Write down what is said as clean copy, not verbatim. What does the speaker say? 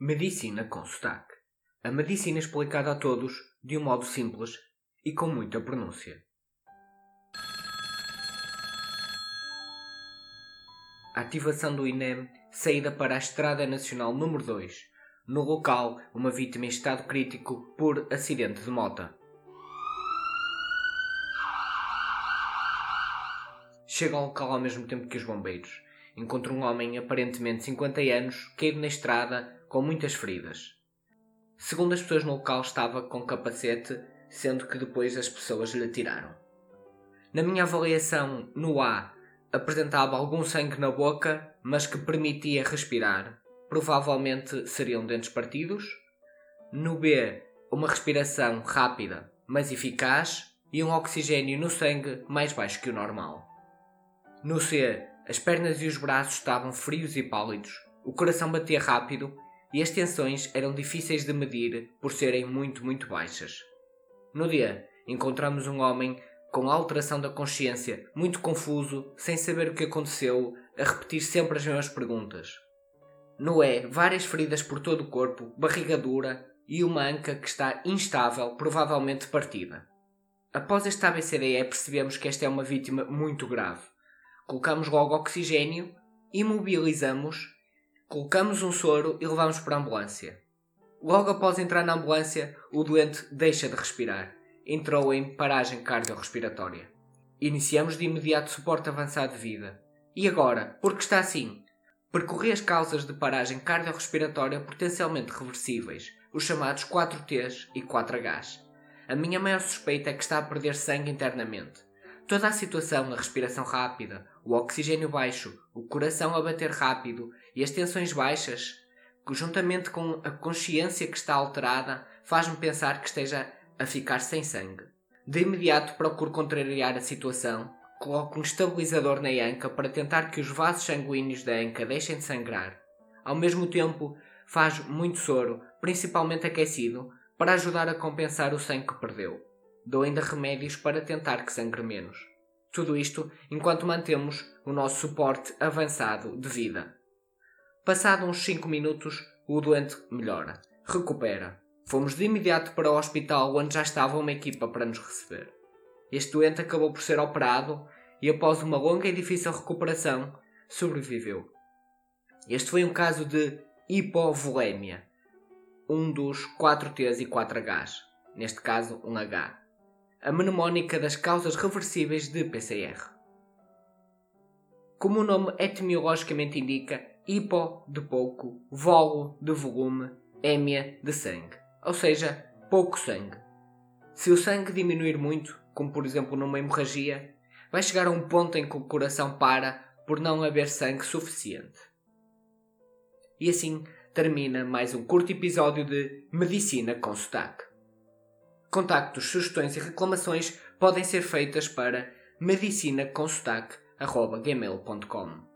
Medicina com sotaque. A medicina explicada a todos de um modo simples e com muita pronúncia. Ativação do INEM, saída para a Estrada Nacional número 2. No local, uma vítima em estado crítico por acidente de moto. Chega ao local ao mesmo tempo que os bombeiros. Encontra um homem aparentemente 50 anos, caído na estrada, com muitas feridas. Segundo as pessoas no local, estava com capacete, sendo que depois as pessoas lhe tiraram. Na minha avaliação, no A, apresentava algum sangue na boca, mas que permitia respirar. Provavelmente seriam dentes partidos. No B, uma respiração rápida, mas eficaz, e um oxigênio no sangue mais baixo que o normal. No C, as pernas e os braços estavam frios e pálidos, o coração batia rápido e as tensões eram difíceis de medir por serem muito baixas. No D, encontramos um homem com alteração da consciência, muito confuso, sem saber o que aconteceu, a repetir sempre as mesmas perguntas. No E, várias feridas por todo o corpo, barriga dura e uma anca que está instável, provavelmente partida. Após este ABCDE percebemos que esta é uma vítima muito grave. Colocamos logo oxigênio, imobilizamos, colocamos um soro e levamos para a ambulância. Logo após entrar na ambulância, o doente deixa de respirar. Entrou em paragem cardiorrespiratória. Iniciamos de imediato suporte avançado de vida. E agora, por que está assim? Percorri as causas de paragem cardiorrespiratória potencialmente reversíveis, os chamados 4Ts e 4Hs. A minha maior suspeita é que está a perder sangue internamente. Toda a situação, a respiração rápida, o oxigênio baixo, o coração a bater rápido e as tensões baixas, juntamente com a consciência que está alterada, faz-me pensar que esteja a ficar sem sangue. De imediato procuro contrariar a situação, coloco um estabilizador na anca para tentar que os vasos sanguíneos da anca deixem de sangrar. Ao mesmo tempo, faz muito soro, principalmente aquecido, para ajudar a compensar o sangue que perdeu. Dou ainda remédios para tentar que sangre menos. Tudo isto enquanto mantemos o nosso suporte avançado de vida. Passado uns 5 minutos, o doente melhora, recupera. Fomos de imediato para o hospital onde já estava uma equipa para nos receber. Este doente acabou por ser operado e após uma longa e difícil recuperação, sobreviveu. Este foi um caso de hipovolémia, um dos 4Ts e 4Hs, neste caso um H. A mnemónica das causas reversíveis de PCR. Como o nome etimologicamente indica, hipo de pouco, volo de volume, hémia de sangue, ou seja, pouco sangue. Se o sangue diminuir muito, como por exemplo numa hemorragia, vai chegar a um ponto em que o coração para por não haver sangue suficiente. E assim termina mais um curto episódio de Medicina com Sotaque. Contactos, sugestões e reclamações podem ser feitas para medicinaconsotaque@gmail.com.